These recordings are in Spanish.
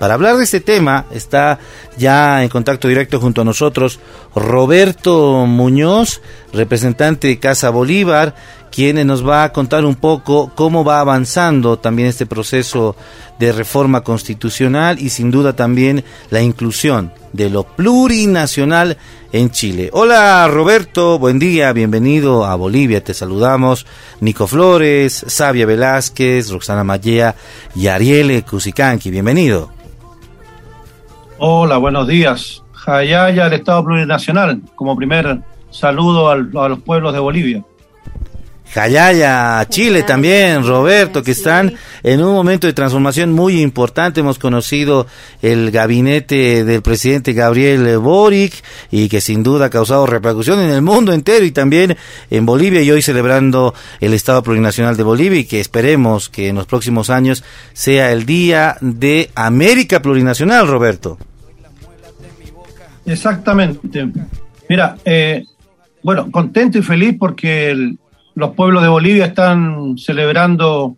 Para hablar de este tema está ya en contacto directo junto a nosotros Roberto Muñoz, representante de Casa Bolívar, quien nos va a contar un poco cómo va avanzando también este proceso de reforma constitucional y sin duda también la inclusión de lo plurinacional en Chile. Hola Roberto, buen día, bienvenido a Bolivia, te saludamos Nico Flores, Sabia Velázquez, Roxana Mallea y Ariel Cusicanqui, bienvenido. Hola, buenos días. Jayaya al Estado Plurinacional, como primer saludo a los pueblos de Bolivia. Jayaya, Chile también, Roberto, que están en un momento de transformación muy importante. Hemos conocido el gabinete del presidente Gabriel Boric y que sin duda ha causado repercusión en el mundo entero y también en Bolivia, y hoy celebrando el Estado Plurinacional de Bolivia, y que esperemos que en los próximos años sea el Día de América Plurinacional, Roberto. Exactamente. Mira, bueno, contento y feliz porque los pueblos de Bolivia están celebrando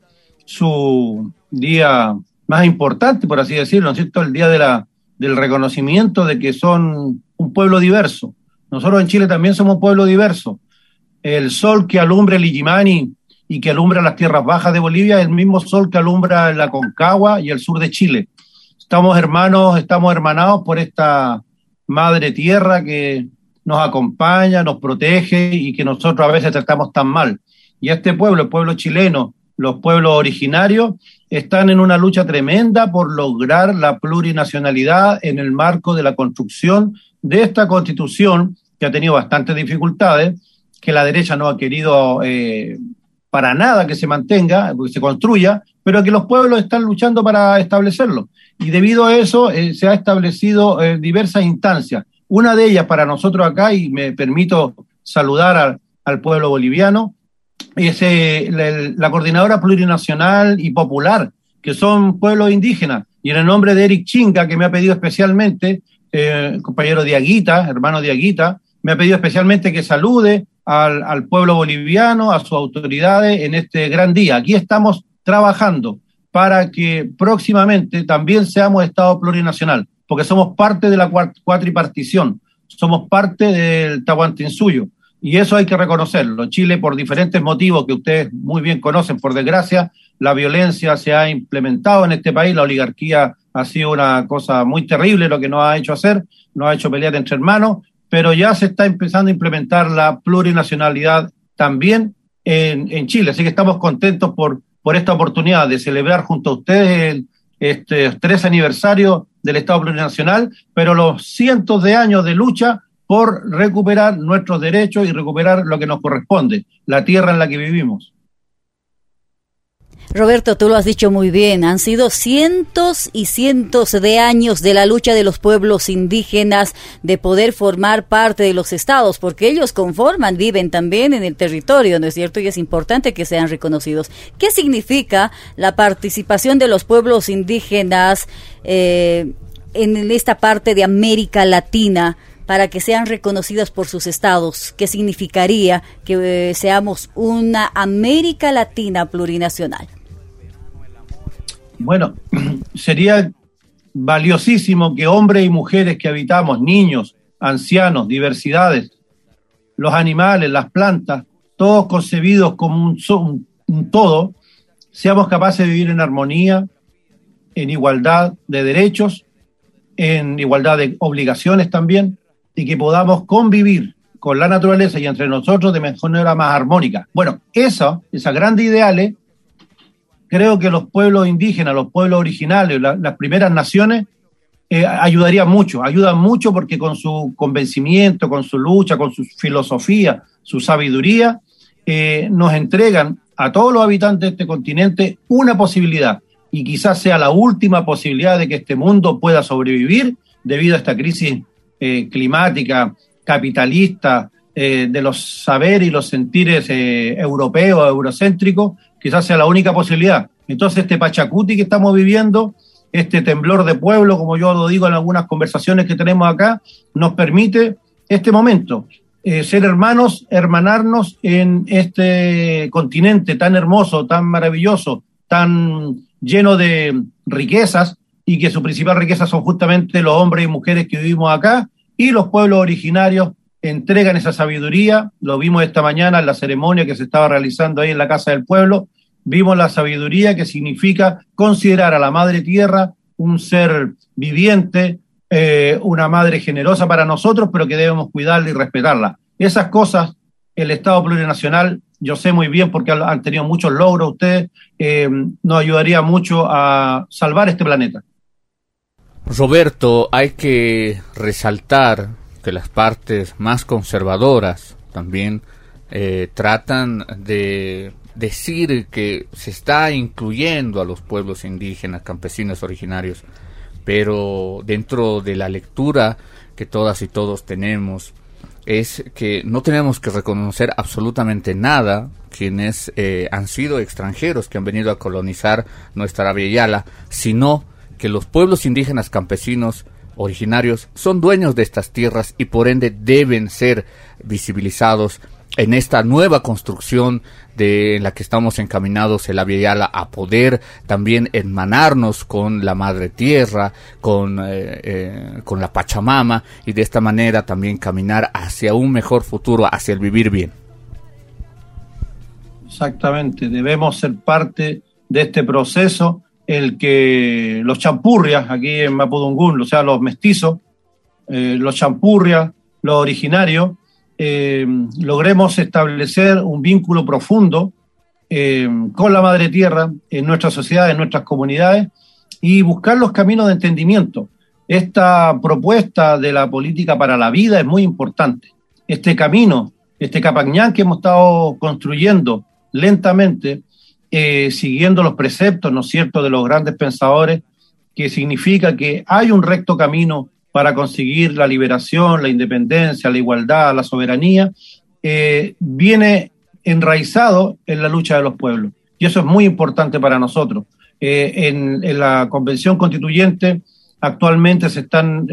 su día más importante, por así decirlo, ¿no es cierto? El día del reconocimiento de que son un pueblo diverso. Nosotros en Chile también somos un pueblo diverso. El sol que alumbra el Illimani y que alumbra las tierras bajas de Bolivia es el mismo sol que alumbra la Aconcagua y el sur de Chile. Estamos hermanos, estamos hermanados por esta madre tierra que nos acompaña, nos protege y que nosotros a veces tratamos tan mal. Y este pueblo, el pueblo chileno, los pueblos originarios, están en una lucha tremenda por lograr la plurinacionalidad en el marco de la construcción de esta constitución que ha tenido bastantes dificultades, que la derecha no ha querido para nada que se mantenga, que se construya, pero que los pueblos están luchando para establecerlo. Y debido a eso se ha establecido diversas instancias. Una de ellas para nosotros acá, y me permito saludar al pueblo boliviano, es la Coordinadora Plurinacional y Popular, que son pueblos indígenas. Y en el nombre de Eric Chinga, que me ha pedido especialmente, compañero de Aguita, hermano de Aguita, me ha pedido especialmente que salude al pueblo boliviano, a sus autoridades en este gran día. Aquí estamos trabajando para que próximamente también seamos Estado plurinacional, porque somos parte de la cuatripartición, somos parte del Tahuantinsuyo, y eso hay que reconocerlo. Chile, por diferentes motivos que ustedes muy bien conocen, por desgracia, la violencia se ha implementado en este país, la oligarquía ha sido una cosa muy terrible lo que nos ha hecho hacer, nos ha hecho pelear entre hermanos, pero ya se está empezando a implementar la plurinacionalidad también en Chile, así que estamos contentos por esta oportunidad de celebrar junto a ustedes este 3 aniversario del Estado Plurinacional, pero los cientos de años de lucha por recuperar nuestros derechos y recuperar lo que nos corresponde, la tierra en la que vivimos. Roberto, tú lo has dicho muy bien, han sido cientos y cientos de años de la lucha de los pueblos indígenas de poder formar parte de los estados, porque ellos conforman, viven también en el territorio, ¿no es cierto? Y es importante que sean reconocidos. ¿Qué significa la participación de los pueblos indígenas en esta parte de América Latina para que sean reconocidos por sus estados? ¿Qué significaría que seamos una América Latina plurinacional? Bueno, sería valiosísimo que hombres y mujeres que habitamos, niños, ancianos, diversidades, los animales, las plantas, todos concebidos como un todo, seamos capaces de vivir en armonía, en igualdad de derechos, en igualdad de obligaciones también, y que podamos convivir con la naturaleza y entre nosotros de manera más armónica. Bueno, esas grandes ideales, creo que los pueblos indígenas, los pueblos originales, las primeras naciones, ayudan mucho porque con su convencimiento, con su lucha, con su filosofía, su sabiduría, nos entregan a todos los habitantes de este continente una posibilidad, y quizás sea la última posibilidad de que este mundo pueda sobrevivir debido a esta crisis climática, capitalista, de los saberes y los sentires europeos, eurocéntricos, quizás sea la única posibilidad. Entonces este Pachacuti que estamos viviendo, este temblor de pueblo, como yo lo digo en algunas conversaciones que tenemos acá, nos permite este momento, ser hermanos, hermanarnos en este continente tan hermoso, tan maravilloso, tan lleno de riquezas, y que su principal riqueza son justamente los hombres y mujeres que vivimos acá, y los pueblos originarios entregan esa sabiduría. Lo vimos esta mañana en la ceremonia que se estaba realizando ahí en la Casa del Pueblo. Vimos la sabiduría que significa considerar a la Madre Tierra un ser viviente, una madre generosa para nosotros, pero que debemos cuidarla y respetarla. Esas cosas, el Estado plurinacional, yo sé muy bien porque han tenido muchos logros ustedes, nos ayudaría mucho a salvar este planeta. Roberto, hay que resaltar que las partes más conservadoras también tratan de decir que se está incluyendo a los pueblos indígenas, campesinos originarios, pero dentro de la lectura que todas y todos tenemos, es que no tenemos que reconocer absolutamente nada quienes han sido extranjeros que han venido a colonizar nuestra Via Yala, sino que los pueblos indígenas campesinos originarios son dueños de estas tierras y por ende deben ser visibilizados en esta nueva construcción en la que estamos encaminados en la Via Yala, a poder también hermanarnos con la Madre Tierra, con la Pachamama, y de esta manera también caminar hacia un mejor futuro, hacia el vivir bien. Exactamente, debemos ser parte de este proceso, el que los champurrias, aquí en Mapudungún, o sea, los mestizos, los champurrias, los originarios, logremos establecer un vínculo profundo con la Madre Tierra en nuestra sociedad, en nuestras comunidades, y buscar los caminos de entendimiento. Esta propuesta de la política para la vida es muy importante. Este camino, este Capañán que hemos estado construyendo lentamente, siguiendo los preceptos, ¿no es cierto?, de los grandes pensadores, que significa que hay un recto camino para conseguir la liberación, la independencia, la igualdad, la soberanía, viene enraizado en la lucha de los pueblos. Y eso es muy importante para nosotros. En la Convención Constituyente actualmente se están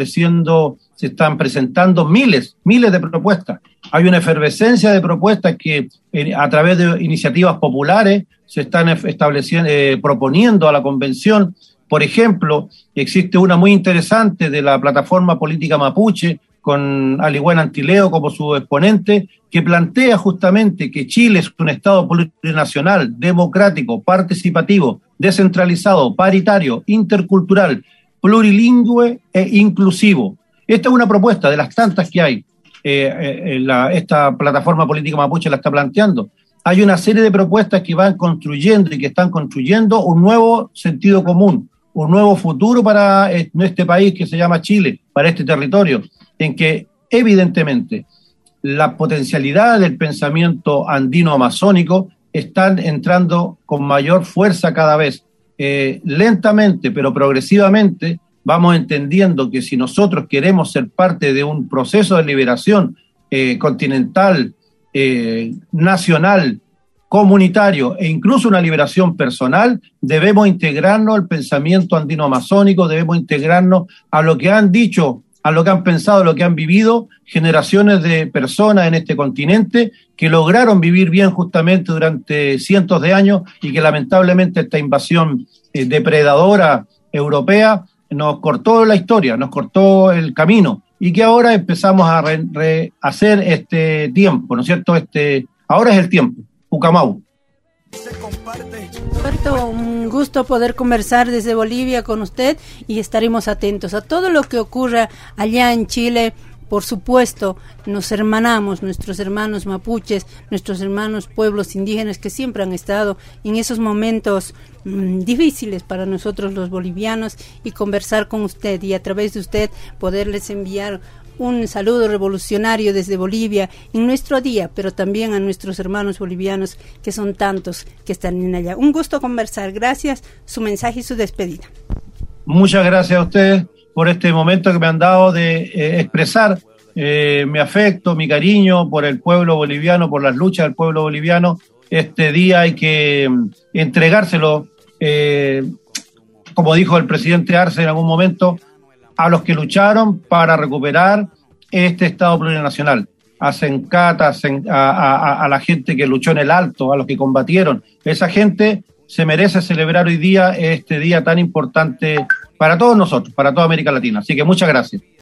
se están presentando miles de propuestas. Hay una efervescencia de propuestas que a través de iniciativas populares se están proponiendo a la Convención. Por ejemplo, existe una muy interesante de la plataforma política mapuche, con Aligüen Antileo como su exponente, que plantea justamente que Chile es un Estado plurinacional, democrático, participativo, descentralizado, paritario, intercultural, plurilingüe e inclusivo. Esta es una propuesta de las tantas que hay. Esta plataforma política mapuche la está planteando. Hay una serie de propuestas que van construyendo y que están construyendo un nuevo sentido común, un nuevo futuro para este país que se llama Chile, para este territorio, en que evidentemente la potencialidad del pensamiento andino-amazónico están entrando con mayor fuerza cada vez. Lentamente, pero progresivamente, vamos entendiendo que si nosotros queremos ser parte de un proceso de liberación continental, nacional, comunitario e incluso una liberación personal, debemos integrarnos al pensamiento andino-amazónico, debemos integrarnos a lo que han dicho, a lo que han pensado, a lo que han vivido generaciones de personas en este continente que lograron vivir bien justamente durante cientos de años y que lamentablemente esta invasión depredadora europea nos cortó la historia, nos cortó el camino, y que ahora empezamos a rehacer este tiempo, ¿no es cierto? Ahora es el tiempo. Ucamau. Roberto, un gusto poder conversar desde Bolivia con usted y estaremos atentos a todo lo que ocurra allá en Chile. Por supuesto, nos hermanamos, nuestros hermanos mapuches, nuestros hermanos pueblos indígenas que siempre han estado en esos momentos difíciles para nosotros los bolivianos, y conversar con usted y a través de usted poderles enviar un saludo revolucionario desde Bolivia en nuestro día, pero también a nuestros hermanos bolivianos que son tantos que están en allá. Un gusto conversar. Gracias. Su mensaje y su despedida. Muchas gracias a ustedes por este momento que me han dado de expresar mi afecto, mi cariño por el pueblo boliviano, por las luchas del pueblo boliviano. Este día hay que entregárselo, como dijo el presidente Arce en algún momento, a los que lucharon para recuperar este Estado plurinacional, a Sencata, a la gente que luchó en el Alto, a los que combatieron. Esa gente se merece celebrar hoy día, este día tan importante para todos nosotros, para toda América Latina. Así que muchas gracias.